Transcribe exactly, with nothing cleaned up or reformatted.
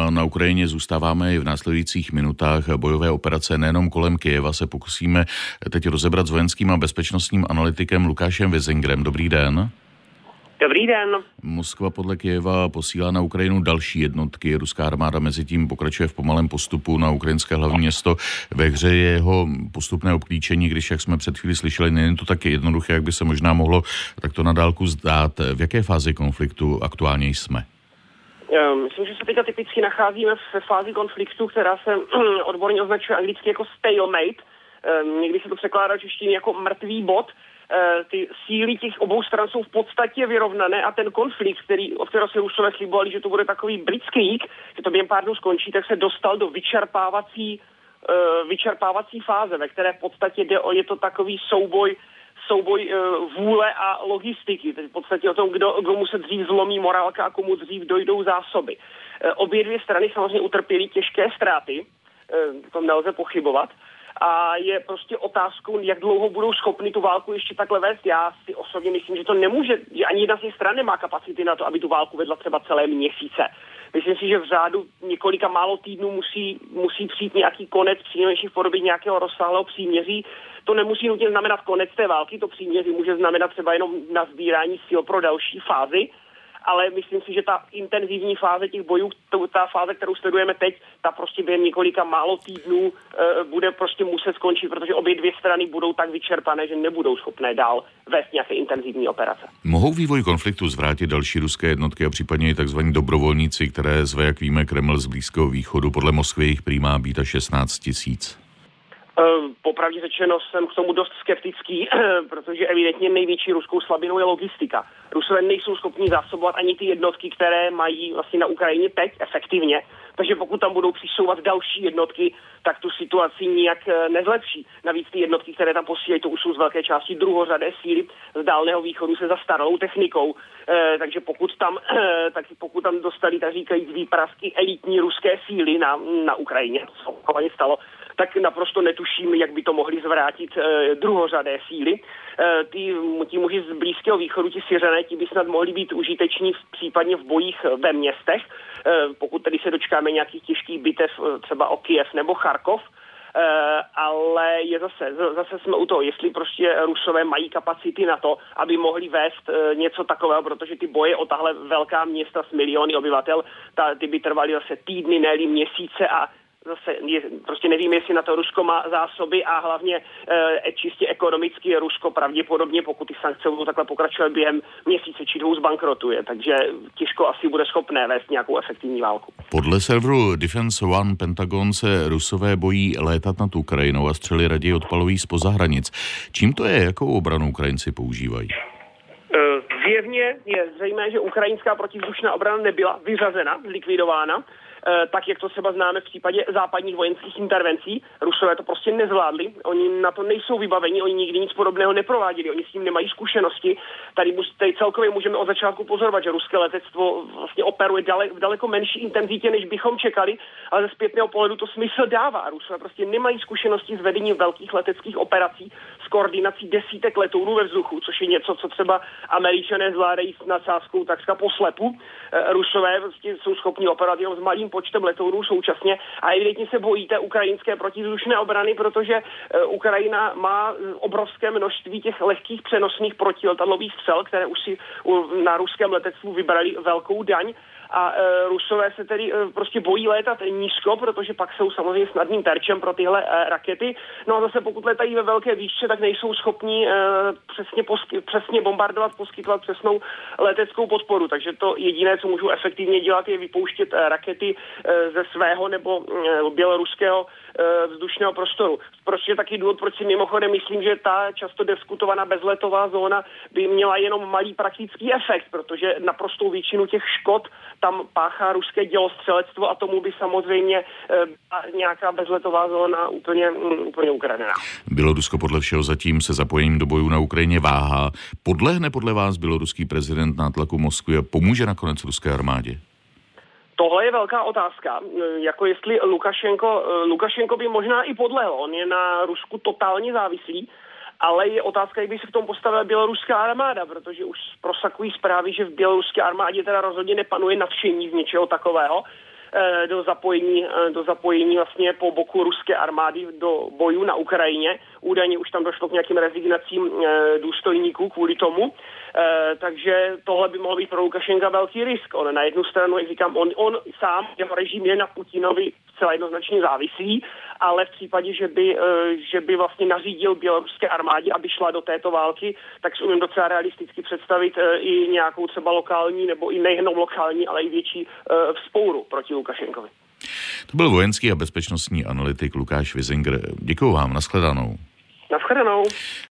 na Ukrajině zůstáváme i v následujících minutách. Bojové operace nejenom kolem Kyjeva se pokusíme teď rozebrat s vojenským a bezpečnostním analytikem Lukášem Vizingrem. Dobrý den. Dobrý den. Moskva podle Kyjeva posílá na Ukrajinu další jednotky. Ruská armáda mezi tím pokračuje v pomalém postupu na ukrajinské hlavní město. Ve hře je jeho postupné obklíčení, když, jak jsme před chvíli slyšeli, není to tak jednoduché, jak by se možná mohlo takto na dálku zdát. V jaké fázi konfliktu aktuálně jsme? Myslím, že se teďka typicky nacházíme v fázi konfliktu, která se odborně označuje anglicky jako stalemate. Někdy se to překládá češtině jako mrtvý bod. Ty síly těch obou stran jsou v podstatě vyrovnané a ten konflikt, který, od kterého si Rusové slibovali, že to bude takový blitzkrieg, že to během pár dnů skončí, tak se dostal do vyčerpávací, vyčerpávací fáze, ve které v podstatě jde o, je to takový souboj souboj vůle a logistiky. Tedy v podstatě o tom, kdo, komu se dřív zlomí morálka a komu dřív dojdou zásoby. Obě dvě strany samozřejmě utrpěly těžké ztráty, to nelze pochybovat. A je prostě otázkou, jak dlouho budou schopni tu válku ještě takhle vést. Já si osobně myslím, že to nemůže, že ani jedna z těch stran nemá kapacity na to, aby tu válku vedla třeba celé měsíce. Myslím si, že v řádu několika málo týdnů musí, musí přijít nějaký konec, přinejmenším v podobě nějakého rozsáhlého příměří. To nemusí nutně znamenat konec té války, to příměří může znamenat třeba jenom nazbírání sil pro další fázi. Ale myslím si, že ta intenzivní fáze těch bojů, ta fáze, kterou sledujeme teď, ta prostě během několika málo týdnů e, bude prostě muset skončit, protože obě dvě strany budou tak vyčerpané, že nebudou schopné dál vést nějaké intenzivní operace. Mohou vývoj konfliktu zvrátit další ruské jednotky a případně i tzv. Dobrovolníci, které zve, jak víme, Kreml z Blízkého východu? Podle Moskvy jich prý má být až šestnáct tisíc. Popravdě řečeno jsem k tomu dost skeptický, protože evidentně největší ruskou slabinou je logistika. Rusové nejsou schopni zásobovat ani ty jednotky, které mají vlastně na Ukrajině teď efektivně. Takže pokud tam budou přisouvat další jednotky, tak tu situaci nijak nezlepší. Navíc ty jednotky, které tam posílají, to už jsou z velké části druhořadé síly z Dálného východu se zastaralou technikou. E, takže pokud tam, e, tak pokud tam dostali, tak říkají, výpravky elitní ruské síly na, na Ukrajině, to se opakovaně stalo, tak naprosto netuším, jak by to mohli zvrátit e, druhořadé síly. E, ty, ti muži z Blízkého východu, ti Syřané, ti by snad mohli být užiteční v, případně v bojích ve městech, e, pokud tedy se dočkáme nějakých těžkých bitev, třeba o Kyjev nebo Charkov. Uh, ale je zase, zase jsme u toho, jestli prostě Rusové mají kapacity na to, aby mohli vést uh, něco takového, protože ty boje o tahle velká města s miliony obyvatel, ta, ty by trvaly zase týdny, ne-li měsíce a zase je, prostě nevím, jestli na to Rusko má zásoby a hlavně e, čistě ekonomicky Rusko pravděpodobně, pokud ty sankce budou takhle pokračovat během měsíce či dvou zbankrotuje, takže těžko asi bude schopné vést nějakou efektivní válku. Podle serveru Defense One Pentagon se Rusové bojí létat nad Ukrajinou a střely raději odpalují zpoza hranic. Čím to je? Jakou obranu Ukrajinci používají? Zjevně je zřejmé, že ukrajinská protivzdušná obrana nebyla vyřazena, likvidována, tak jak to třeba známe v případě západních vojenských intervencí. Rusové to prostě nezvládli, oni na to nejsou vybaveni, oni nikdy nic podobného neprováděli, oni s tím nemají zkušenosti. Tady, tady celkově můžeme od začátku pozorovat, že ruské letectvo vlastně operuje dale, v daleko menší intenzitě, než bychom čekali, ale ze zpětného pohledu to smysl dává. Rusové prostě nemají zkušenosti s vedením velkých leteckých operací, s koordinací desítek letounů ve vzduchu, což je něco, co třeba Američané zvládají s nadsázkou takřka poslepu. Rusové prostě jsou schopni operovat jenom s malým počtem letounů současně a evidentně se bojí té ukrajinské protivzdušné obrany, protože Ukrajina má obrovské množství těch lehkých přenosných protiletadlových střel, které už si na ruském letectvu vybrali velkou daň. A e, Rusové se tedy e, prostě bojí létat nízko, protože pak jsou samozřejmě snadným terčem pro tyhle e, rakety. No a zase pokud letají ve velké výšce, tak nejsou schopni e, přesně, posky, přesně bombardovat, poskytovat přesnou leteckou podporu. Takže to jediné, co můžou efektivně dělat, je vypouštět e, rakety e, ze svého nebo e, běloruského e, vzdušného prostoru. Proč je taky důvod, proč si mimochodem myslím, že ta často diskutovaná bezletová zóna by měla jenom malý praktický efekt, protože naprostou většinu těch škod tam páchá ruské dělostřelectvo a tomu by samozřejmě e, nějaká bezletová zóna úplně, um, úplně ukradená. Bělorusko podle všeho zatím se zapojením do bojů na Ukrajině váhá. Podlehne podle vás běloruský prezident nátlaku Moskvy a pomůže nakonec ruské armádě? Tohle je velká otázka. Jako jestli Lukašenko, Lukašenko by možná i podlehl. On je na Rusku totálně závislý. Ale je otázka, jak by se k tomu postavila běloruská armáda, protože už prosakují zprávy, že v běloruské armádě teda rozhodně nepanuje nadšení z něčeho takového. do zapojení, do zapojení vlastně po boku ruské armády do bojů na Ukrajině. Údajně už tam došlo k nějakým rezignacím důstojníků kvůli tomu. Takže tohle by mohlo být pro Lukašenka velký risk. On na jednu stranu, jak říkám, on, on sám, jeho režim je na Putinovi zcela jednoznačně závislý, ale v případě, že by, že by vlastně nařídil běloruské armádě, aby šla do této války, tak si umím docela realisticky představit i nějakou třeba lokální, nebo i nejenom lokální, ale i větší vzpouru proti Lukašenkovi. To byl vojenský a bezpečnostní analytik Lukáš Wiesinger. Děkuju vám, nashledanou. Nashledanou.